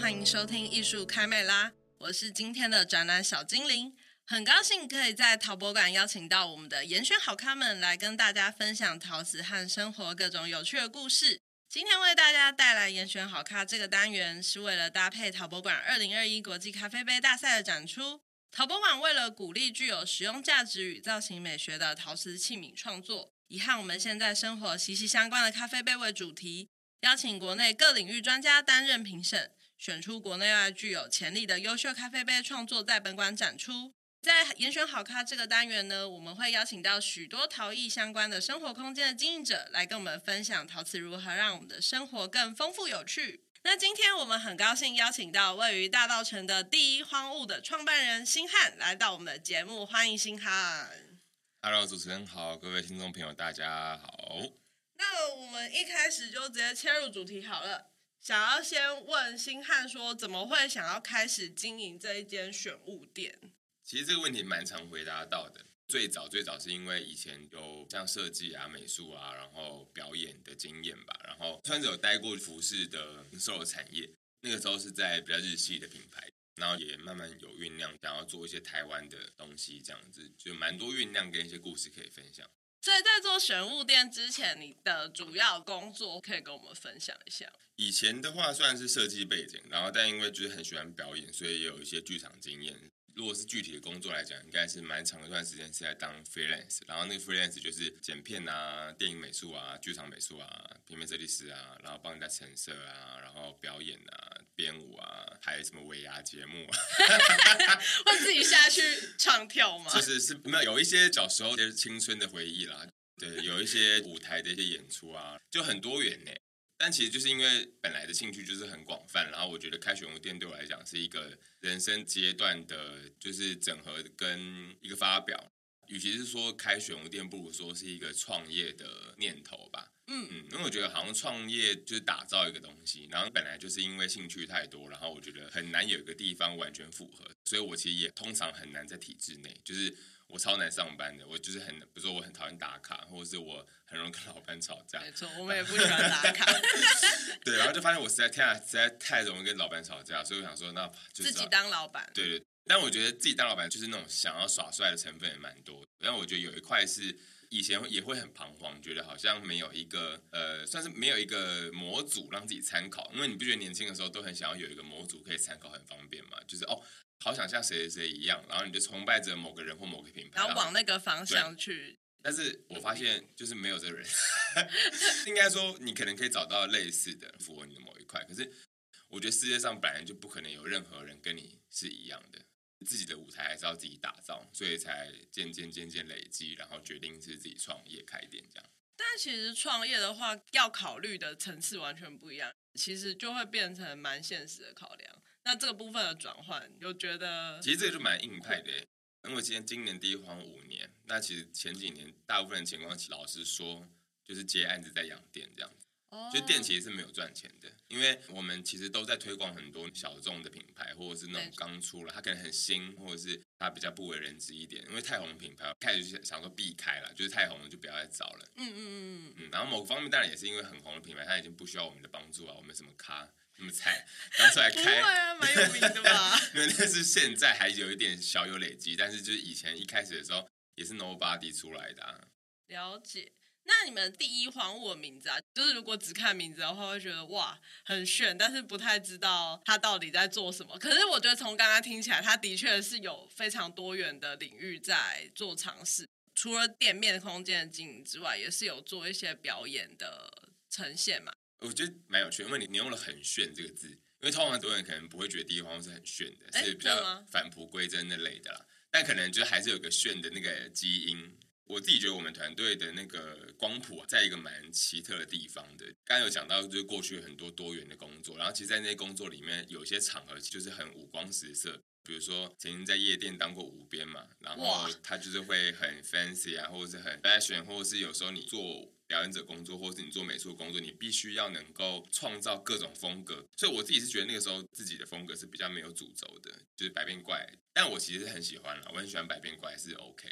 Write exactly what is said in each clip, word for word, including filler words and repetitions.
欢迎收听艺术开麦啦，我是今天的展览小精灵，很高兴可以在陶博馆邀请到我们的严选好咖们来跟大家分享陶瓷和生活各种有趣的故事。今天为大家带来严选好咖这个单元，是为了搭配陶博馆二零二一国际咖啡杯大赛的展出。陶博馆为了鼓励具有实用价值与造型美学的陶瓷器皿创作，以和我们现在生活息息相关的咖啡杯为主题，邀请国内各领域专家担任评审，选出国内外具有潜力的优秀咖啡杯创作在本馆展出。在严选好咖这个单元呢，我们会邀请到许多陶艺相关的生活空间的经营者来跟我们分享陶瓷如何让我们的生活更丰富有趣。那今天我们很高兴邀请到位于大稻埕的第一荒物的创办人星汉来到我们的节目，欢迎星汉。 Hello， 主持人好，各位听众朋友大家好。 那我们一开始就直接切入主题好了，想要先问星汉说，怎么会想要开始经营这一间选物店？ 其实这个问题蛮常回答到的。最早最早是因为以前有像设计啊、美术啊，然后表演的经验吧，然后算是有待过服饰的零售产业。那个时候是在比较日系的品牌，然后也慢慢有酝酿，想要做一些台湾的东西，这样子就蛮多酝酿跟一些故事可以分享。 所以在做选物店之前，你的主要工作可以跟我们分享一下。 以前的话算是设计背景，然后但因为就是很喜欢表演，所以也有一些剧场经验。如果是具体的工作来讲，应该是蛮长一段时间是在当 freelance， 然后那个 freelance 就是剪片啊、电影美术啊、剧场美术啊、平面设计师啊，然后帮人家陈设啊，然后表演啊、编舞啊，还有什么尾牙节目啊， 会自己下去唱跳吗？ 就是是没有有一些小时候的青春的回忆啦，对，有一些舞台的一些演出啊，就很多元呢。但其实就是因为本来的兴趣就是很广泛，然后我觉得开选物店对我来讲是一个人生阶段的，就是整合跟一个发表。与其是说开选物店，不如说是一个创业的念头吧。嗯嗯，因为我觉得好像创业就是打造一个东西，然后本来就是因为兴趣太多，然后我觉得很难有一个地方完全符合，所以我其实也通常很难在体制内，就是我超难上班的，我就是很，比如说我很讨厌打卡，或者是我很容易跟老板吵架。 没错，我们也不喜欢打卡。 对，然后就发现我实在太实在太容易跟老板吵架，所以我想说，那就是自己当老板。 对对，但我觉得自己当老板就是那种想要耍帅的成分也蛮多的。但我觉得有一块是以前也会很彷徨，觉得好像没有一个呃，算是没有一个模组让自己参考，因为你不觉得年轻的时候都很想要有一个模组可以参考，很方便嘛？就是哦。好想像谁谁谁一样，然后你就崇拜着某个人或某个品牌， 然后往那个方向去。 但是我发现就是没有这个人，应该说你可能可以找到类似的符合你的某一块，可是我觉得世界上本来就不可能有任何人跟你是一样的，自己的舞台还是要自己打造，所以才渐渐渐渐累积，然后决定是自己创业开店这样。 但其实创业的话，要考虑的层次完全不一样，其实就会变成蛮现实的考量。那这个部分的转换，就觉得其实这个就蛮硬派的，因为今天今年第一荒五年，那其实前几年大部分的情况，老实说就是接案子在养店这样子。哦，就店其实是没有赚钱的，因为我们其实都在推广很多小众的品牌，或者是那种刚出来，它可能很新，或者是它比较不为人知一点。因为太红的品牌开始就想说避开了，就是太红了就不要再找了。嗯嗯嗯嗯。然后某个方面当然也是因为很红的品牌，它已经不需要我们的帮助啊，我们什么咖那么菜，刚出来开， 不会啊，蛮有名的吧？ 因为那是现在还有一点小有累积，但是就是以前一开始的时候也是 nobody 出来的啊。 了解。那你们第一荒物的名字啊，就是如果只看名字的话，会觉得哇很炫，但是不太知道他到底在做什么。可是我觉得从刚刚听起来，他的确是有非常多元的领域在做尝试。除了店面空间的经营之外，也是有做一些表演的呈现嘛。 我觉得蛮有趣，因为你你用了很炫这个字，因为通常很多人可能不会觉得第一荒物是很炫的，是比较返璞归真那类的啦。但可能就还是有个炫的那个基因。我自己觉得我们团队的那个光谱在一个蛮奇特的地方的。刚刚有讲到，就是过去很多多元的工作，然后其实在那些工作里面，有些场合就是很五光十色。比如说曾经在夜店当过舞编嘛，然后他就是会很 fancy 啊，或者是很 fashion， 或者是有时候你做表演者工作，或者是你做美术工作，你必须要能够创造各种风格。所以我自己是觉得那个时候自己的风格是比较没有主轴的，就是百变怪。但我其实很喜欢啦，我很喜欢百变怪是 OK。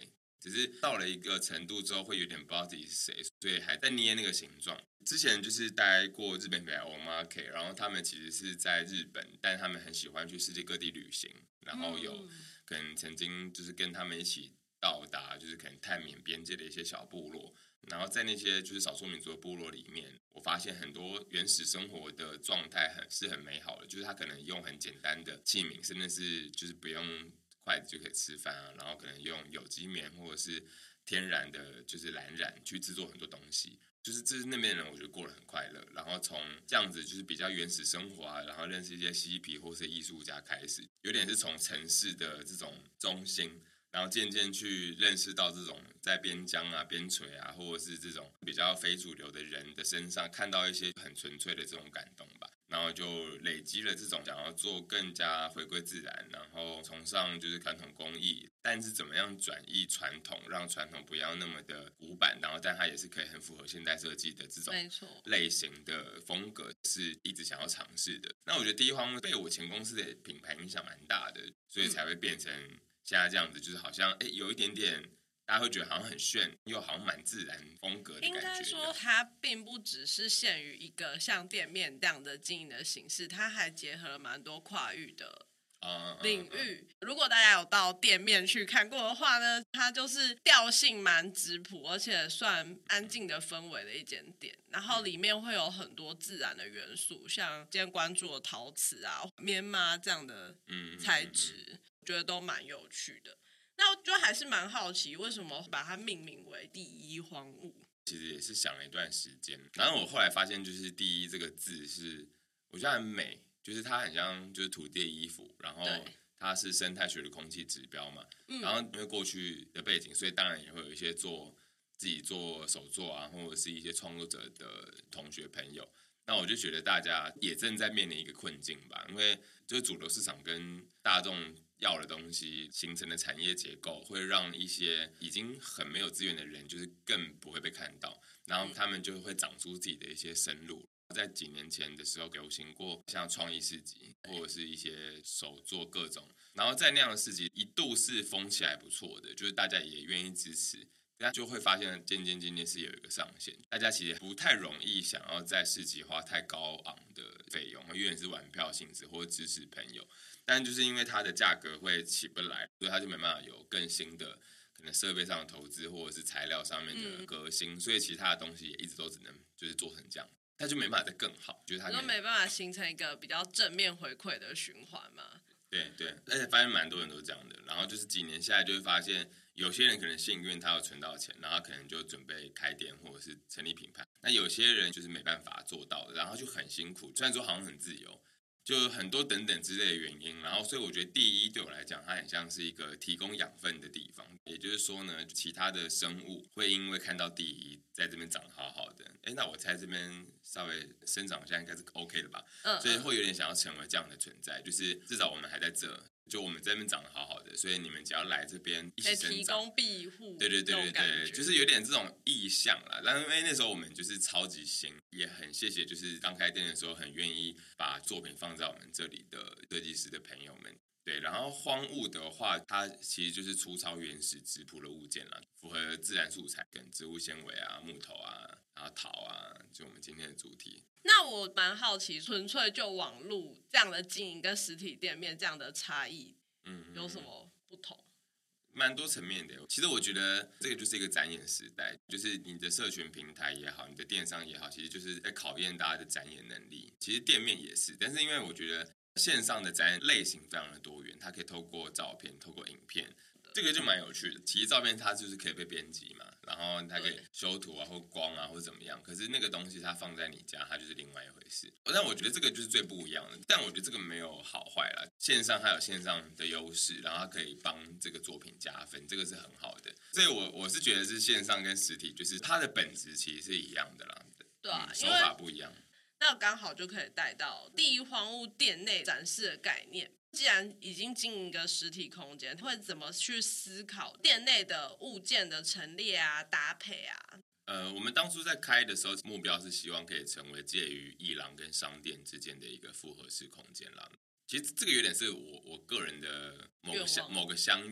只是到了一个程度之后会有点不知道自己是谁，所以还在捏那个形状。之前就是待过日本品牌 Omake， 然后他们其实是在日本，但他们很喜欢去世界各地旅行，然后有可能曾经就是跟他们一起到达就是可能泰缅边界的一些小部落，然后在那些就是少数民族的部落里面，我发现很多原始生活的状态很是很美好的，就是他可能用很简单的器皿，甚至是就是不用筷子就可以吃饭啊，然后可能用有机棉或者是天然的就是蓝染去制作很多东西，就是这是那边的人我觉得过得很快乐，然后从这样子就是比较原始生活啊，然后认识一些嬉皮或是艺术家开始，有点是从城市的这种中心，然后渐渐去认识到这种在边疆啊、边陲啊，或者是这种比较非主流的人的身上，看到一些很纯粹的这种感动吧。然后就累积了这种想要做更加回归自然，然后崇尚就是传统工艺，但是怎么样转移传统，让传统不要那么的古板，然后但它也是可以很符合现代设计的这种类型的风格，是一直想要尝试的。那我觉得第一荒被我前公司的品牌影响蛮大的，所以才会变成现在这样子，就是好像哎有一点点。大家会觉得好像很炫，又好像蛮自然风格的感觉。 应该说，它并不只是限于一个像店面这样的经营的形式，它还结合了蛮多跨域的领域。Uh, uh, uh. 如果大家有到店面去看过的话呢，它就是调性蛮质朴，而且算安静的氛围的一间店。然后里面会有很多自然的元素，像今天关注的陶瓷啊、棉麻这样的材质，嗯嗯嗯嗯我觉得都蛮有趣的。那我就还是蛮好奇，为什么把它命名为第一荒物？ 其实也是想了一段时间，然后我后来发现，就是第一这个字是我觉得很美，就是它很像就是土地的衣服，然后它是生态学的空气指标嘛。然后因为过去的背景，所以当然也会有一些做自己做手作啊，或者是一些创作者的同学朋友。那我就觉得大家也正在面临一个困境吧，因为就是主流市场跟大众要的东西形成的产业结构，会让一些已经很没有资源的人，就是更不会被看到，然后他们就会长出自己的一些生路。在几年前的时候，流行过像创意市集，或者是一些手作各种，然后在那样的市集一度是风气还不错的，就是大家也愿意支持。大家就会发现渐渐渐渐是有一个上限，大家其实不太容易想要在市集花太高昂的费用，因为是玩票性质或者支持朋友，但就是因为它的价格会起不来，所以它就没办法有更新的可能设备上的投资或者是材料上面的革新，嗯、所以其他的东西也一直都只能就是做成这样，它就没办法再更好，就是它都没办法形成一个比较正面回馈的循环嘛。 对对，而且发现蛮多人都是这样的，然后就是几年下来就会发现，有些人可能幸运，他有存到钱，然后他可能就准备开店或者是成立品牌。那有些人就是没办法做到的，然后就很辛苦，虽然说好像很自由，就很多等等之类的原因。然后所以我觉得第一对我来讲，它很像是一个提供养分的地方，也就是说呢，其他的生物会因为看到第一在这边长得好好的，哎，那我在这边稍微生长一下应该是 OK 的吧，嗯嗯所以会有点想要成为这样的存在，就是至少我们还在这。就我们这边长得好好的，所以你们只要来这边一起生长， 可以提供庇护， 对对对对对，就是有点这种意向啦。但因为那时候我们就是超级新，也很谢谢，就是刚开店的时候很愿意把作品放在我们这里的设计师的朋友们。对，然后荒物的话，它其实就是粗糙原始质朴的物件啦，符合自然素材跟植物纤维啊、木头啊、然后陶啊，就我们今天的主题。 那我蛮好奇，纯粹就网路这样的经营跟实体店面这样的差异，嗯，有什么不同？ 蛮多层面的。其实我觉得这个就是一个展演时代，就是你的社群平台也好，你的电商也好，其实就是在考验大家的展演能力。其实店面也是，但是因为我觉得线上的展演类型非常的多元，它可以透过照片、透过影片，这个就蛮有趣的。其实照片它就是可以被编辑嘛，然后它可以修图啊，或光啊，或怎么样。可是那个东西它放在你家，它就是另外一回事。但我觉得这个就是最不一样的。但我觉得这个没有好坏啦，线上还有线上的优势，然后它可以帮这个作品加分，这个是很好的。所以我我是觉得是线上跟实体，就是它的本质其实是一样的啦。 对啊， 嗯、手法不一样。 那刚好就可以带到第一荒物店内展示的概念。既然已经经营一个实体空间，会怎么去思考店内的物件的陈列啊、搭配啊？ 呃，我们当初在开的时候，目标是希望可以成为介于艺廊跟商店之间的一个复合式空间啦。其实这个有点是我我个人的某个相某个相愿，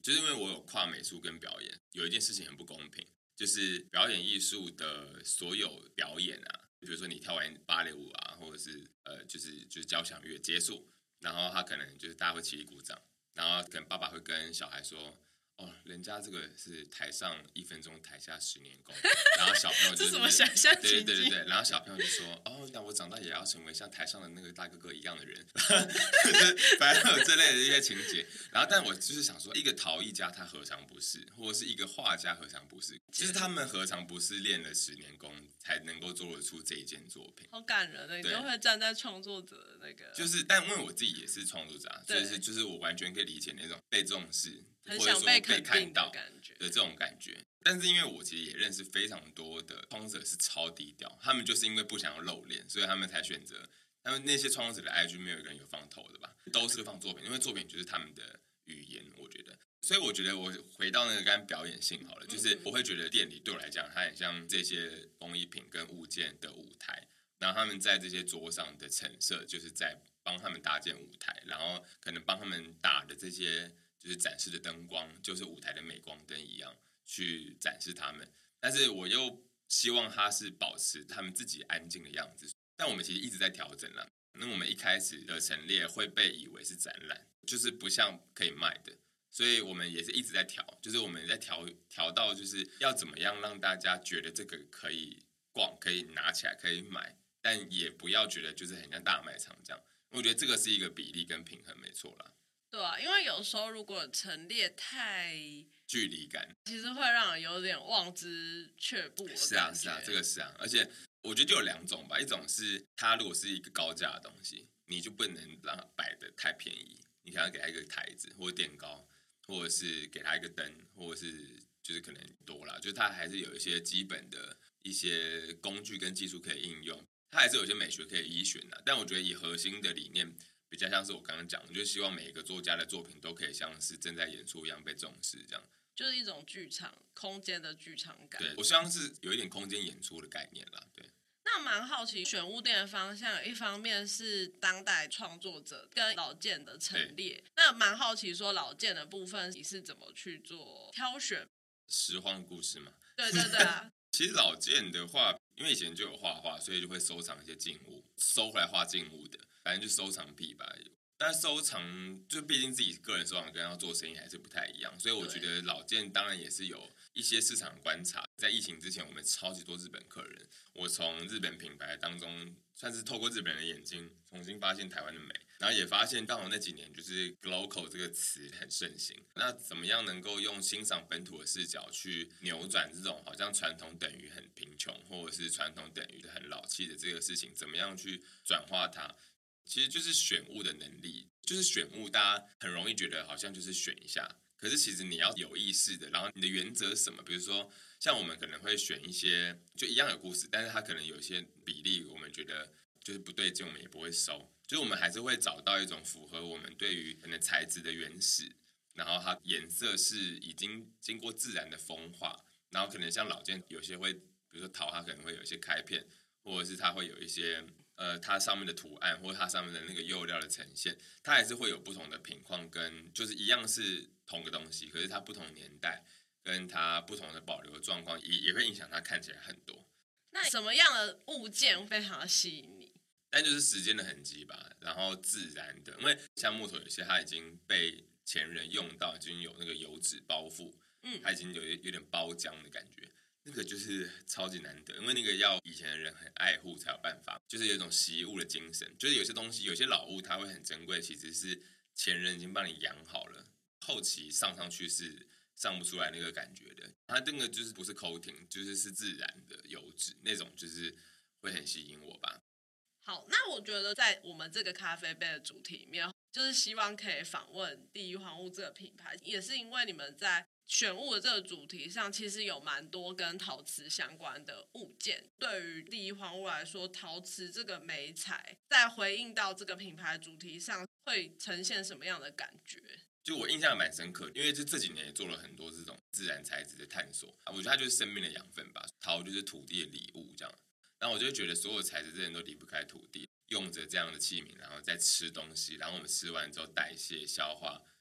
就是因为我有跨美术跟表演，有一件事情很不公平，就是表演艺术的所有表演啊，比如说你跳完芭蕾舞啊，或者是呃，就是就是交响乐结束，然后他可能就是大家会起立鼓掌，然后可能爸爸会跟小孩说。哦，人家这个是台上一分钟，台下十年功。然后小朋友就是这什么想象情境？ 对对对对，然后小朋友就说：“哦，那我长大也要成为像台上的那个大哥哥一样的人。”就是反正有这类的一些情节。然后，但我就是想说，一个陶艺家他何尝不是，或者是一个画家何尝不是？就是他们何尝不是练了十年功才能够做得出这一件作品？ 好感人的，你都会站在创作者的那个。 就是，但因为我自己也是创作者啊，所以是就是我完全可以理解那种被重视。 很想被肯定的感觉的这种感觉，但是因为我其实也认识非常多的创作者是超低调，他们就是因为不想要露脸，所以他们才选择。他们那些创作者的 I G 没有一个人有放头的吧，都是放作品，因为作品就是他们的语言，我觉得。所以我觉得我回到那个刚刚表演性好了，就是我会觉得店里对我来讲，它很像这些工艺品跟物件的舞台，然后他们在这些桌上的陈设，就是在帮他们搭建舞台，然后可能帮他们打的这些。就是展示的灯光，就是舞台的镁光灯一样去展示他们，但是我又希望他是保持他们自己安静的样子。但我们其实一直在调整啦。那我们一开始的陈列会被以为是展览，就是不像可以卖的，所以我们也是一直在调，就是我们在调调到就是要怎么样让大家觉得这个可以逛，可以拿起来，可以买，但也不要觉得就是很像大卖场这样。我觉得这个是一个比例跟平衡，没错啦。 对啊，因为有时候如果陈列太距离感， 其实会让人有点望之却步的感觉。 是啊，是啊，这个是啊，而且我觉得就有两种吧，一种是它如果是一个高价的东西，你就不能让它摆得太便宜，你可能要给它一个台子或者垫高，或者是给它一个灯，或者是就是可能多啦，就是它还是有一些基本的一些工具跟技术可以应用，它还是有些美学可以依循的。但我觉得以核心的理念。比较像是我刚刚讲的，就希望每一个作家的作品都可以像是正在演出一样被重视，这样就是一种剧场空间的剧场感。 对，我希望是有一点空间演出的概念啦。对， 那蛮好奇选物店的方向，一方面是当代创作者跟老件的陈列，那蛮好奇说老件的部分你是怎么去做挑选？ 拾荒故事嘛， 对对对啊。 其实老件的话，因为以前就有画画，所以就会收藏一些静物，收回来画静物的。反正就收藏癖吧，但收藏就毕竟自己个人收藏跟要做生意还是不太一样，所以我觉得老件当然也是有一些市场观察。在疫情之前，我们超级多日本客人，我从日本品牌当中算是透过日本人的眼睛重新发现台湾的美，然后也发现刚好那几年就是 "local" 这个词很盛行。那怎么样能够用欣赏本土的视角去扭转这种好像传统等于很贫穷，或者是传统等于很老气的这个事情，怎么样去转化它？其实就是选物的能力，就是选物，大家很容易觉得好像就是选一下，可是其实你要有意识的，然后你的原则是什么？比如说，像我们可能会选一些就一样有故事，但是它可能有一些比例，我们觉得就是不对劲，我们也不会收，就是我们还是会找到一种符合我们对于可能材质的原始，然后它颜色是已经经过自然的风化，然后可能像老件有些会，比如说陶，它可能会有一些开片，或者是它会有一些。呃，它上面的图案或它上面的那个釉料的呈现，它还是会有不同的品况，跟就是一样是同个东西，可是它不同年代跟它不同的保留状况，也也会影响它看起来很多。 那什么样的物件非常的吸引你？ 但就是时间的痕迹吧，然后自然的，因为像木头有些它已经被前人用到，已经有那个油脂包覆，嗯，它已经有有点包浆的感觉。那个就是超级难得，因为那个要以前的人很爱护才有办法，就是有一种习物的精神，就是有些东西有些老物它会很珍贵，其实是前人已经帮你养好了，后期上上去是上不出来那个感觉的。它那个就是不是 coating， 就是是自然的油脂那种，就是会很吸引我吧。 好，那我觉得在我们这个咖啡杯的主题里面，就是希望可以访问第一荒物这个品牌，也是因为你们在选物的这个主题上，其实有蛮多跟陶瓷相关的物件。对于第一荒物来说，陶瓷这个媒材在回应到这个品牌主题上，会呈现什么样的感觉？ 就我印象蛮深刻，因为这这几年也做了很多这种自然材质的探索，我觉得它就是生命的养分吧。陶就是土地的礼物，这样。然后我就觉得所有材质这人都离不开土地，用着这样的器皿，然后再吃东西，然后我们吃完之后代谢消化，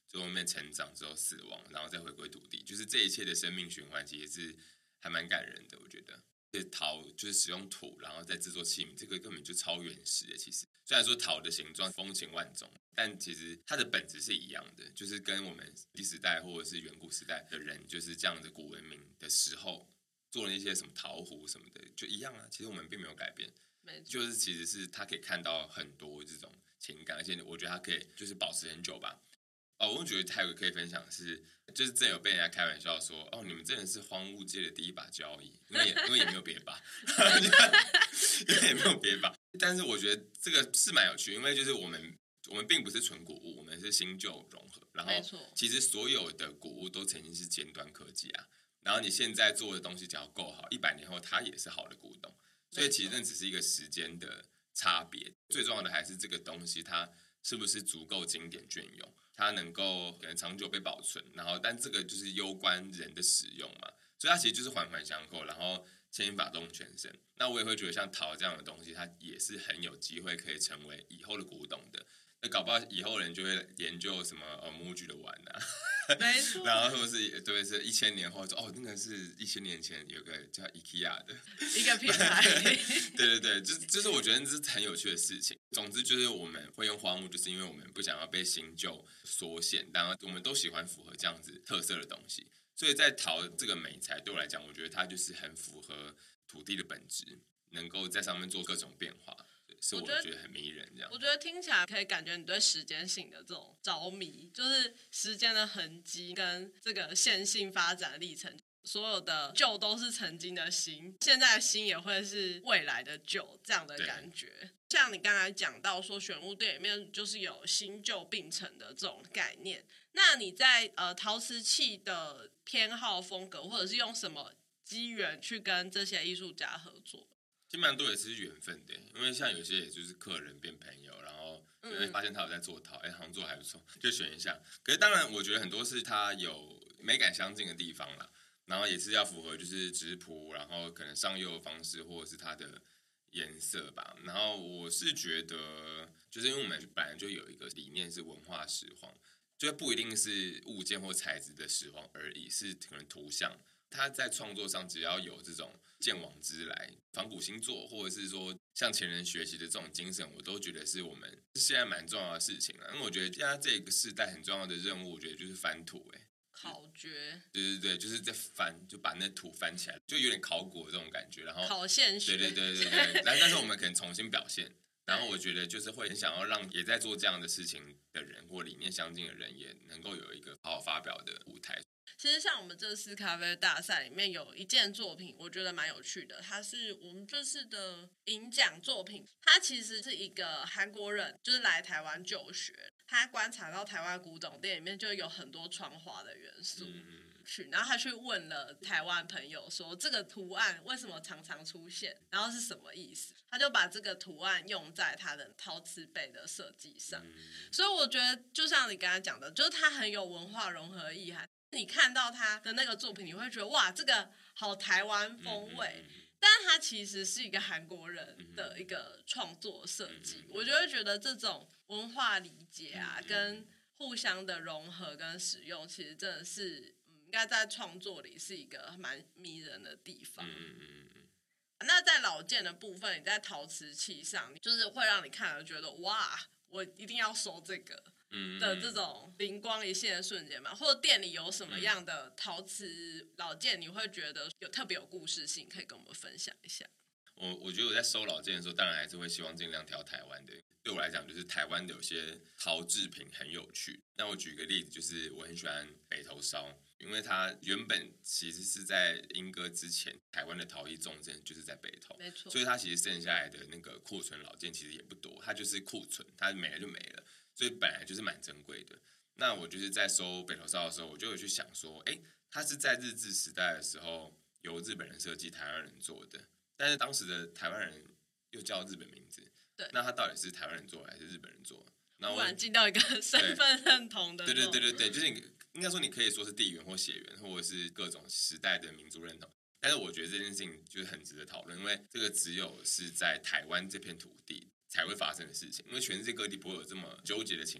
最后面成长之后死亡，然后再回归土地，就是这一切的生命循环，其实是还蛮感人的，我觉得。陶就是使用土，然后再制作器皿，这个根本就超原始的。其实虽然说陶的形状风情万种，但其实它的本质是一样的，就是跟我们历时代或者是远古时代的人，就是这样的古文明的时候做了一些什么陶壶什么的，就一样啊。其实我们并没有改变，就是其实是他可以看到很多这种情感，而且我觉得他可以就是保持很久吧。哦，我觉得还有个可以分享的是，就是真有被人家开玩笑说，哦，你们真的是荒芜界的第一把交椅，因为也因为也没有别把，因为也没有别把。但是我觉得这个是蛮有趣，因为就是我们我们并不是纯古物，我们是新旧融合。然后其实所有的古物都曾经是尖端科技啊，然后你现在做的东西只要够好，一百年后它也是好的古董。所以其实那只是一个时间的差别，最重要的还是这个东西它是不是足够经典隽永。它能够可能长久被保存，然后但这个就是攸关人的使用嘛，所以它其实就是环环相扣，然后牵一发动全身。那我也会觉得像陶这样的东西，它也是很有机会可以成为以后的古董的。那搞不好以后人就会研究什么呃模具的碗啊， 没错， 然后或者是对是一千年后说哦，那个是一千年前有个叫 IKEA 的一个品牌， 对对对，就是就是我觉得这是很有趣的事情。总之就是我们会用荒木，就是因为我们不想要被新旧缩限，然后我们都喜欢符合这样子特色的东西。所以在陶这个媒材对我来讲，我觉得它就是很符合土地的本质，能够在上面做各种变化。是我觉得很迷人，这样。 我觉得听起来可以感觉你对时间性的这种着迷，就是时间的痕迹跟这个线性发展历程，所有的旧都是曾经的新，现在的新也会是未来的旧，这样的感觉。像你刚才讲到说，选物店里面就是有新旧并存的这种概念。那你在呃陶瓷器的偏好风格，或者是用什么机缘去跟这些艺术家合作？ 其实蛮多也是缘分的，因为像有些也就是客人变朋友，然后因为发现他有在做陶，哎、嗯，好像做还不错，就选一下。可是当然，我觉得很多是他有美感相近的地方啦，然后也是要符合就是质朴，然后可能上釉的方式或者是它的颜色吧。然后我是觉得，就是因为我们本来就有一个理念是文化石荒，就不一定是物件或材质的石荒而已，是可能图像。他在创作上只要有这种见往知来、仿古新作，或者是说向前人学习的这种精神，我都觉得是我们现在蛮重要的事情了。因为我觉得现在这个世代很重要的任务，我觉得就是翻土、欸，哎， 考掘， 对对对，就是在翻，就把那土翻起来，就有点考古的这种感觉。然后考现学， 对对对对对，但但是我们可能重新表现。然后我觉得就是会很想要让也在做这样的事情的人或理念相近的人，也能够有一个好好发表的舞台。 其实像我们这次咖啡大赛里面有一件作品，我觉得蛮有趣的，它是我们这次的银奖作品。它其实是一个韩国人，就是来台湾就学，他观察到台湾古董店里面就有很多窗花的元素。嗯去，然后他去问了台湾朋友说这个图案为什么常常出现，然后是什么意思，他就把这个图案用在他的陶瓷杯的设计上。所以我觉得就像你刚才讲的，就是他很有文化融合意涵，你看到他的那个作品你会觉得哇这个好台湾风味，但是他其实是一个韩国人的一个创作设计。我就会觉得这种文化理解啊跟互相的融合跟使用，其实真的是应该在创作里是一个蛮迷人的地方。嗯嗯嗯。那在老件的部分，你在陶瓷器上，就是会让你看了觉得哇，我一定要收这个的这种灵光一现的瞬间嘛？或者店里有什么样的陶瓷老件，你会觉得有特别有故事性，可以跟我们分享一下？ 我我觉得我在收老件的时候，当然还是会希望尽量挑台湾的。对我来讲，就是台湾的有些陶制品很有趣。那我举个例子，就是我很喜欢北投烧，因为它原本其实是在英歌之前，台湾的陶艺重镇就是在北投， 没错。 所以它其实剩下来的那个库存老件其实也不多，它就是库存，它没了就没了，所以本来就是蛮珍贵的。那我就是在收北投烧的时候，我就有去想说，哎，它是在日治时代的时候由日本人设计，台湾人做的。但是当时的台湾人又叫日本名字， 对， 那他到底是台湾人做还是日本人做？ 突然进到一个身份认同的， 对对对对对，就是你应该说你可以说是地缘或血缘，或者是各种时代的民族认同。但是我觉得这件事情就是很值得讨论，因为这个只有是在台湾这片土地才会发生的事情，因为全世界各地不会有这么纠结的情况。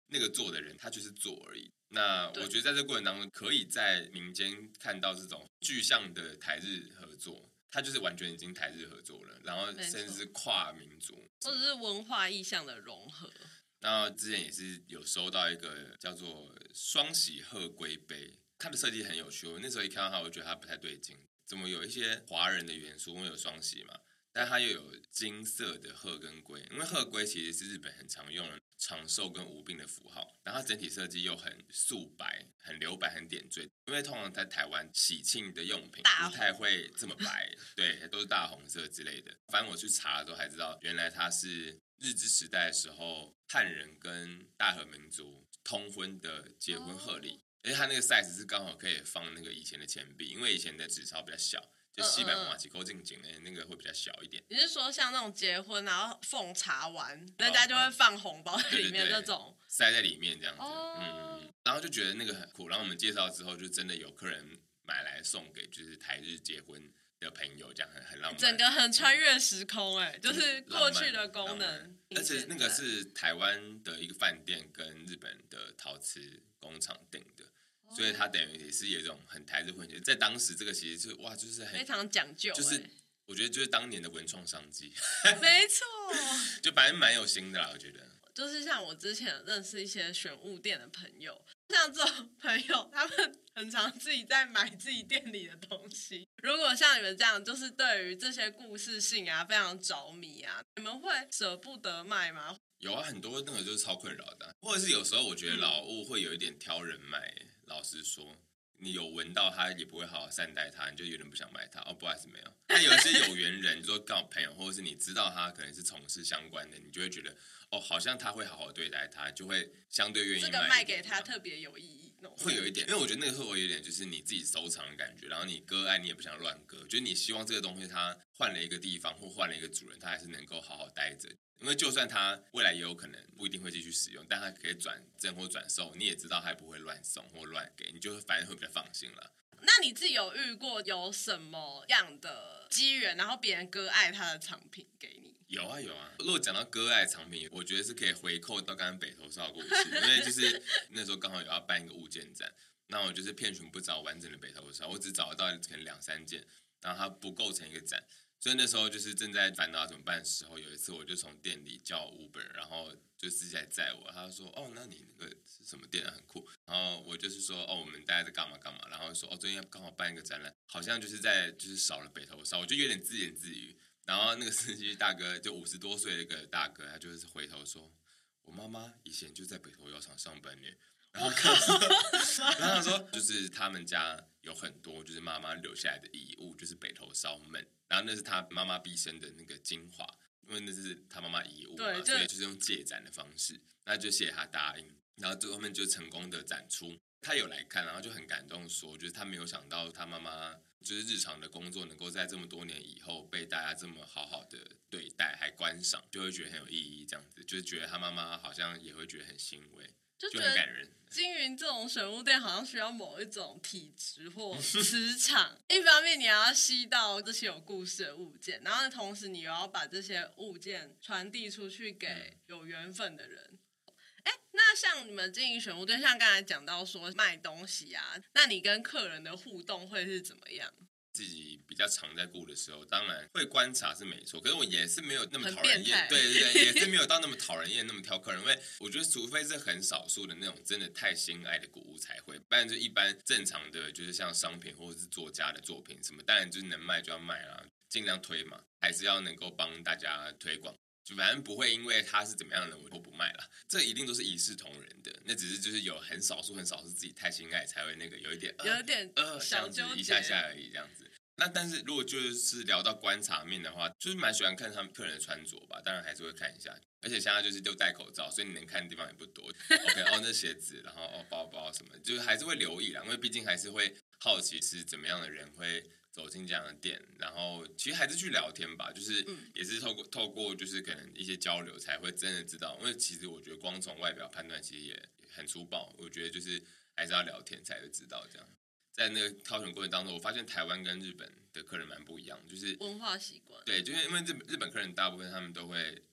那个做的人他就是做而已。那我觉得在这过程当中，可以在民间看到这种具象的台日合作，它就是完全已经台日合作了，然后甚至是跨民族或者是文化意象的融合。 然后之前也是有收到一个叫做双喜鹤龟杯，它的设计很有趣。我那时候一看到它，我觉得它不太对劲，怎么有一些华人的元素？因为有双喜嘛，但它又有金色的鹤跟龟，因为鹤龟其实是日本很常用的长寿跟无病的符号，然后它整体设计又很素白、很留白、很点缀。因为通常在台湾喜庆的用品不太会这么白，对，都是大红色之类的。反正我去查的时候才知道，原来它是日治时代的时候汉人跟大和民族通婚的结婚贺礼。Oh. 而且它那个 size 是刚好可以放那个以前的钱币，因为以前的纸钞比较小，就西版瓦奇扣进紧的那个会比较小一点。 你是说像那种结婚然后奉茶完，人家就会放红包在里面那种， 对对对，塞在里面这样子。Oh. 嗯，然后就觉得那个很酷。然后我们介绍之后，就真的有客人买来送给就是台日结婚的朋友，这样很很浪漫， 整个很穿越时空哎、欸，就是过去的功能。 而且那个是台湾的一个饭店跟日本的陶瓷工厂订的。所以它等于也是有一种很台日混血，在当时这个其实就哇，就是很非常讲究、欸， 就是我觉得就是当年的文创商机， 没错， 就反正蛮有心的啦，我觉得。 就是像我之前认识一些选物店的朋友，像这种朋友，他们很常自己在买自己店里的东西。如果像你们这样，就是对于这些故事性啊非常着迷啊，你们会舍不得卖吗？ 有啊，很多那个就是超困扰的、啊，或者是有时候我觉得老物会有一点挑人卖、欸。老实说，你有闻到它也不会好好善待它，你就有点不想买它。哦，不好意思，没有。但有一些有缘人，说刚好朋友，或者是你知道他可能是从事相关的，你就会觉得哦，好像他会好好对待他，就会相对愿意卖。 这个卖给他特别有意义， 会有一点，因为我觉得那个会有一点，就是你自己收藏的感觉，然后你割爱你也不想乱割，就是你希望这个东西它换了一个地方或换了一个主人，它还是能够好好待着。因为就算他未来也有可能不一定会继续使用，但他可以转赠或转售，你也知道他不会乱送或乱给，你就反正会比较放心了。 那你自己有遇过有什么样的机缘，然后别人割爱他的藏品给你？ 有啊有啊，如果讲到割爱藏品，我觉得是可以回扣到刚刚北投烧的故事，因为就是那时候刚好有要办一个物件展，那我就是遍寻不着完整的北投烧，我只找得到可能两三件，然后它不构成一个展。所以那时候就是正在烦恼怎么办的时候，有一次我就从店里叫 Uber， 然后就自己来载我。他说：“哦，那你那个是什么店啊？很酷。”然后我就是说：“哦，我们大家在干嘛干嘛。”然后说：“哦，最近刚好办一个展览，好像就是在就是少了北投烧。”我就有点自言自语。然后那个司机大哥就五十多岁的一个大哥，他就是回头说：“我妈妈以前就在北投窑厂上班呢。”然后他说，然后他说，就是他们家有很多就是妈妈留下来的遗物，就是北投烧焖，然后那是他妈妈毕生的那个精华，因为那是他妈妈遗物嘛，所以就是用借展的方式，那就谢谢他答应，然后最后面就成功的展出。他有来看，然后就很感动说，就是他没有想到他妈妈就是日常的工作能够在这么多年以后被大家这么好好的对待，还观赏，就会觉得很有意义。这样子，就是觉得他妈妈好像也会觉得很欣慰。就很感人。 经营这种选物店好像需要某一种体质或磁场，一方面你要吸到这些有故事的物件，然后同时你又要把这些物件传递出去给有缘分的人。哎、嗯，那像你们经营选物店，像刚才讲到说卖东西啊，那你跟客人的互动会是怎么样？ 自己比较常在顾的时候，当然会观察是没错，可是我也是没有那么讨人厌，对对对，也是没有到那么讨人厌，那么挑客人。因为我觉得，除非是很少数的那种真的太心爱的古物才会，不然就一般正常的，就是像商品或者是作家的作品什么，当然就是能卖就要卖啦，尽量推嘛，还是要能够帮大家推广。就反正不会因为他是怎么样的人我都不卖了，这一定都是一视同仁的。那只是就是有很少数很少数自己太心爱才会那个有一点、呃、 有一点呃小纠结一下下而已这样子。那但是如果就是聊到观察面的话，就是蛮喜欢看他们客人的穿着吧，当然还是会看一下。而且现在就是都戴口罩，所以你能看的地方也不多。OK， 哦，那鞋子，然后哦包包什么，就是还是会留意啦，因为毕竟还是会好奇是怎么样的人会走进这样的店，然后其实还是去聊天吧，就是也是透过透过就是可能一些交流才会真的知道，因为其实我觉得光从外表判断其实也很粗暴，我觉得就是还是要聊天才会知道这样。在那个挑选过程当中，我发现台湾跟日本的客人蛮不一样，就是文化习惯。 对，就是因为日日本客人大部分他们都会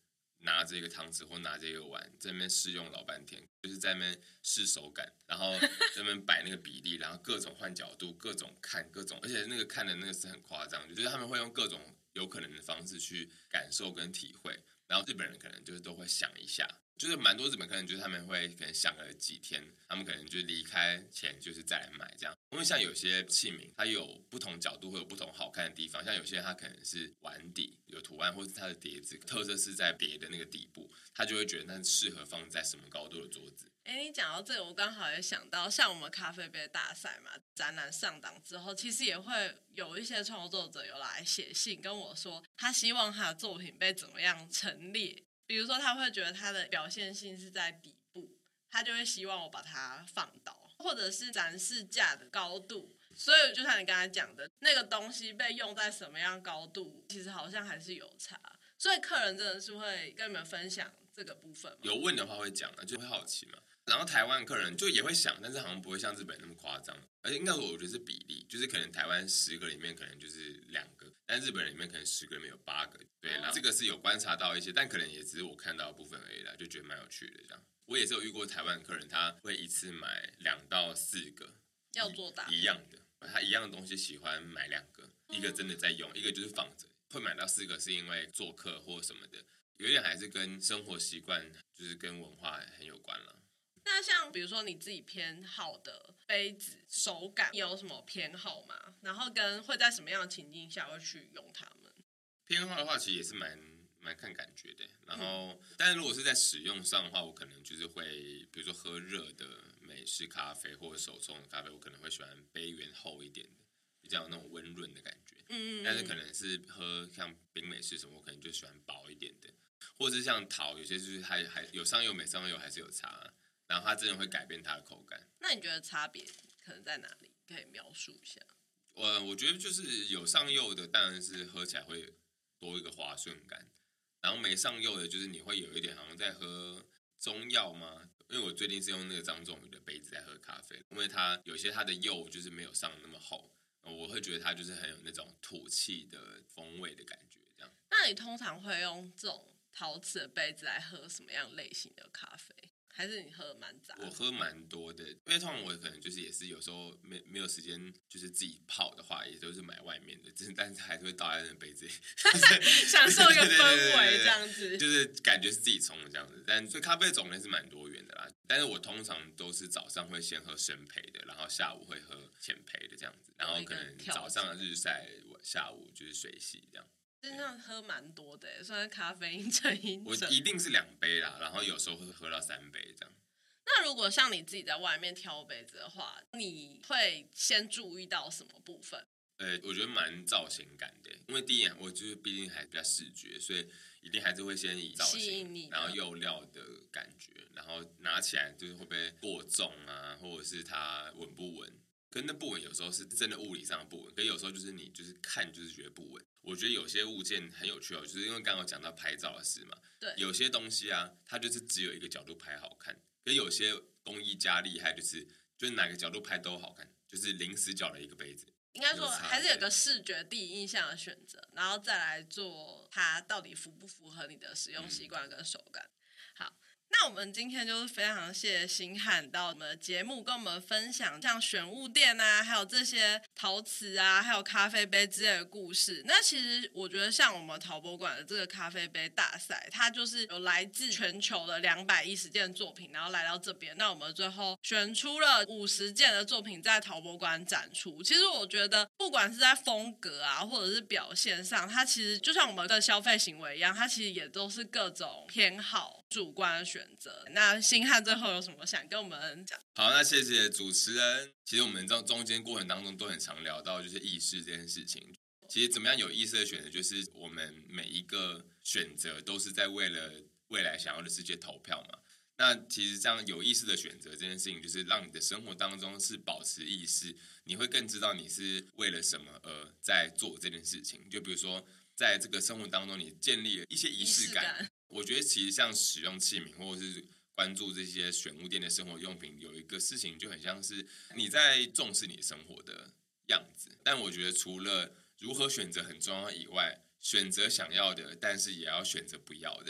拿这个汤匙或拿这个碗在那边试用老半天，就是在那边试手感，然后在那边摆那个比例，然后各种换角度，各种看各种，而且那个看的那个是很夸张，就是他们会用各种有可能的方式去感受跟体会。然后日本人可能就是都会想一下，就是蛮多日本客人就是他们会可能想了几天，他们可能就离开前就是再来买这样。因为像有些器皿它有不同角度会有不同好看的地方，像有些它可能是碗底有图案，或是它的碟子特色是在碟的那个底部，他就会觉得那适合放在什么高度的桌子。 哎，你讲到这个，我刚好也想到，像我们咖啡杯大赛嘛，展览上档之后，其实也会有一些创作者有来写信跟我说，他希望他的作品被怎么样陈列。比如说，他会觉得他的表现性是在底部，他就会希望我把它放倒，或者是展示架的高度。所以，就像你刚才讲的，那个东西被用在什么样高度，其实好像还是有差。所以，客人真的是会跟你们分享这个部分吗？ 有问的话会讲啊，就会好奇嘛。然后台湾客人就也会想，但是好像不会像日本那么夸张，而且应该说我觉得是比例，就是可能台湾十个里面可能就是两个，但日本人里面可能十个里面有八个，对，然后这个是有观察到一些，但可能也只是我看到的部分而已啦，就觉得蛮有趣的这样。我也是有遇过台湾客人，他会一次买两到四个， 要做大一样的，他一样的东西喜欢买两个，一个真的在用，一个就是放着。会买到四个是因为做客或什么的，有点还是跟生活习惯，就是跟文化很有关了。 那像比如说你自己偏好的杯子手感有什么偏好吗？然后跟会在什么样的情境下会去用它们？ 偏好的话，其实也是蛮蛮看感觉的。然后，嗯、但是如果是在使用上的话，我可能就是会，比如说喝热的美式咖啡或者手冲的咖啡，我可能会喜欢杯缘厚一点的，比较有那种温润的感觉。嗯, 嗯, 嗯但是可能是喝像冰美式什么，我可能就喜欢薄一点的，或者是像桃，有些就是还还有上釉没上釉还是有差。然后它真的会改变它的口感。 那你觉得差别可能在哪里？可以描述一下。 我我觉得就是有上釉的，当然是喝起来会多一个滑顺感。然后没上釉的，就是你会有一点好像在喝中药吗？因为我最近是用那个张仲宇的杯子在喝咖啡，因为它有些它的釉就是没有上那么厚，我会觉得它就是很有那种土气的风味的感觉。这样。 那你通常会用这种陶瓷的杯子来喝什么样类型的咖啡？还是你喝蛮杂的？ 我喝蛮多的，因为通常我可能就是也是有时候没没有时间，就是自己泡的话，也都是买外面的，但是还是会倒在那杯子里， 享受一个氛围这样子， 就是感觉是自己冲的这样子。但所以咖啡种类是蛮多元的啦，但是我通常都是早上会先喝深焙的，然后下午会喝浅焙的这样子，然后可能早上日晒，下午就是水洗这样。 真的喝蛮多的，算是咖啡因成瘾者。 我一定是两杯啦，然后有时候会喝到三杯这样。 那如果像你自己在外面挑杯子的话，你会先注意到什么部分？ 呃，我觉得蛮造型感的，因为第一眼我就是毕竟还比较视觉，所以一定还是会先以造型，然后釉料的感觉，然后拿起来就是会不会过重啊，或者是它稳不稳。跟那不稳有时候是真的物理上的不稳，可有时候就是你就是看就是觉得不稳。我觉得有些物件很有趣哦，就是因为刚刚有讲到拍照的事嘛， 对， 有些东西啊，它就是只有一个角度拍好看，可有些工艺家厉害，就是就是哪个角度拍都好看，就是零死角的一个杯子。 应该说还是有个视觉第一印象的选择，然后再来做它到底符不符合你的使用习惯跟手感。嗯、好。那我们今天就是非常谢谢星汉到我们的节目跟我们分享像选物店啊，还有这些陶瓷啊，还有咖啡杯之类的故事。那其实我觉得像我们陶博馆的这个咖啡杯大赛，它就是有来自全球的两百一十件作品，然后来到这边。那我们最后选出了五十件的作品在陶博馆展出。其实我觉得不管是在风格啊，或者是表现上，它其实就像我们的消费行为一样，它其实也都是各种偏好主观的选择。那星汉最后有什么想跟我们讲？ 好，那谢谢主持人。其实我们在中间过程当中都很常聊到就是意识这件事情。其实怎么样有意识的选择，就是我们每一个选择都是在为了未来想要的世界投票嘛。那其实这样有意识的选择这件事情，就是让你的生活当中是保持意识，你会更知道你是为了什么而在做这件事情。就比如说在这个生活当中，你建立了一些仪式感。仪式感我觉得其实像使用器皿或者是关注这些选物店的生活用品，有一个事情就很像是你在重视你生活的样子。但我觉得除了如何选择很重要以外，选择想要的，但是也要选择不要的。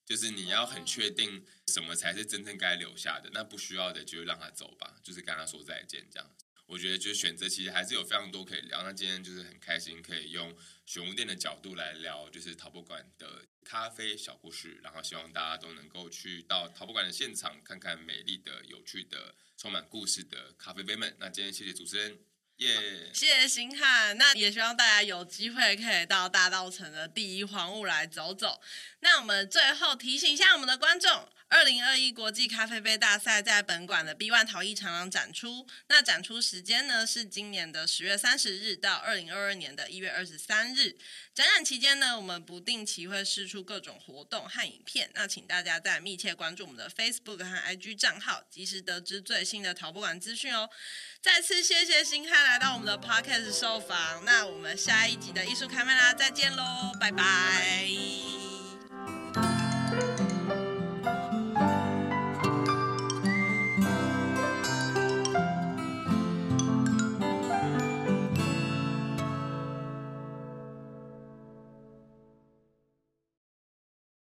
就是你要很确定什么才是真正该留下的，那不需要的就让他走吧，就是跟他说再见这样。我觉得就是选择其实还是有非常多可以聊。那今天就是很开心可以用选物店的角度来聊，就是陶博馆的咖啡小故事。然后希望大家都能够去到陶博馆的现场，看看美丽的、有趣的、充满故事的咖啡杯们。那今天谢谢主持人。耶、yeah ！ 谢谢星汉，那也希望大家有机会可以到大稻埕的第一黄雾来走走。那我们最后提醒一下我们的观众，二零二一国际咖啡杯大赛在本馆的 B 一 陶艺长廊展出。那展出时间呢是今年的十月三十日到二零二二年的一月二十三日。展览期间呢，我们不定期会释出各种活动和影片。那请大家再密切关注我们的 Facebook 和 I G 账号，及时得知最新的陶博馆资讯哦。再次谢谢星汉来到我们的 Podcast 受访，那我们下一集的艺术开麦啦，再见喽，拜拜。